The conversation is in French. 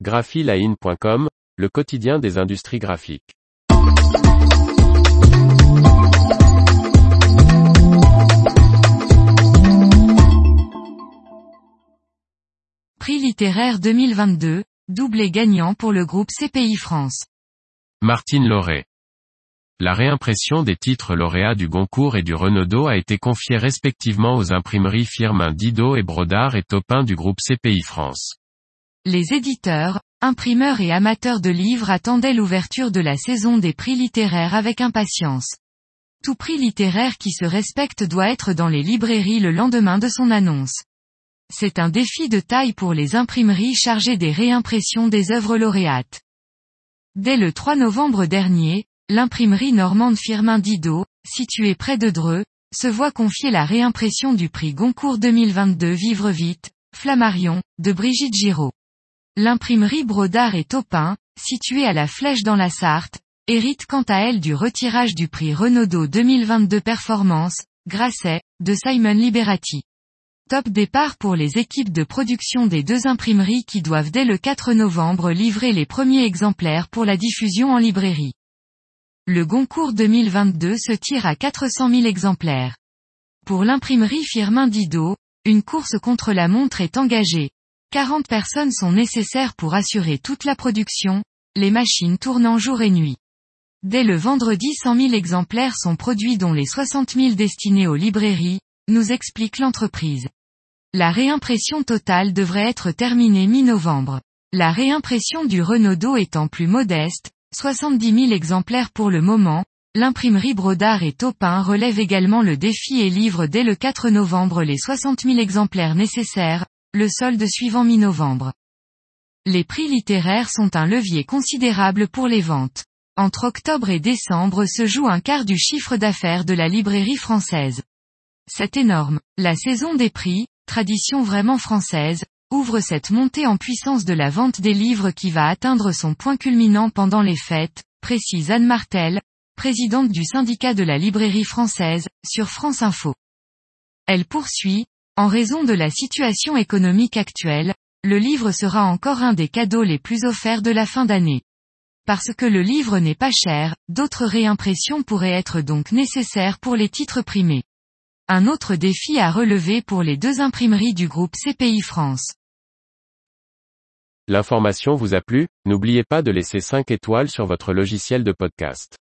graphiline.com, le quotidien des industries graphiques. Prix littéraire 2022, doublé gagnant pour le groupe CPI France. Martine Lauré. La réimpression des titres lauréats du Goncourt et du Renaudot a été confiée respectivement aux imprimeries Firmin Didot et Brodart et Taupin du groupe CPI France. Les éditeurs, imprimeurs et amateurs de livres attendaient l'ouverture de la saison des prix littéraires avec impatience. Tout prix littéraire qui se respecte doit être dans les librairies le lendemain de son annonce. C'est un défi de taille pour les imprimeries chargées des réimpressions des œuvres lauréates. Dès le 3 novembre dernier, l'imprimerie normande Firmin Didot, située près de Dreux, se voit confier la réimpression du prix Goncourt 2022 Vivre vite, Flammarion, de Brigitte Giraud. L'imprimerie Brodart et Taupin, située à la Flèche dans la Sarthe, hérite quant à elle du retirage du prix Renaudot 2022 Performance, Grasset, de Simon Liberati. Top départ pour les équipes de production des deux imprimeries qui doivent dès le 4 novembre livrer les premiers exemplaires pour la diffusion en librairie. Le Goncourt 2022 se tire à 400 000 exemplaires. Pour l'imprimerie Firmin Didot, une course contre la montre est engagée. 40 personnes sont nécessaires pour assurer toute la production, les machines tournant jour et nuit. Dès le vendredi 100 000 exemplaires sont produits dont les 60 000 destinés aux librairies, nous explique l'entreprise. La réimpression totale devrait être terminée mi-novembre. La réimpression du Renaudot étant plus modeste, 70 000 exemplaires pour le moment, l'imprimerie Brodart et Taupin relève également le défi et livre dès le 4 novembre les 60 000 exemplaires nécessaires, le solde suivant mi-novembre. Les prix littéraires sont un levier considérable pour les ventes. Entre octobre et décembre se joue un quart du chiffre d'affaires de la librairie française. C'est énorme. La saison des prix, tradition vraiment française, ouvre cette montée en puissance de la vente des livres qui va atteindre son point culminant pendant les fêtes, précise Anne Martel, présidente du syndicat de la librairie française, sur France Info. Elle poursuit, en raison de la situation économique actuelle, le livre sera encore un des cadeaux les plus offerts de la fin d'année. Parce que le livre n'est pas cher, d'autres réimpressions pourraient être donc nécessaires pour les titres primés. Un autre défi à relever pour les deux imprimeries du groupe CPI France. L'information vous a plu? N'oubliez pas de laisser 5 étoiles sur votre logiciel de podcast.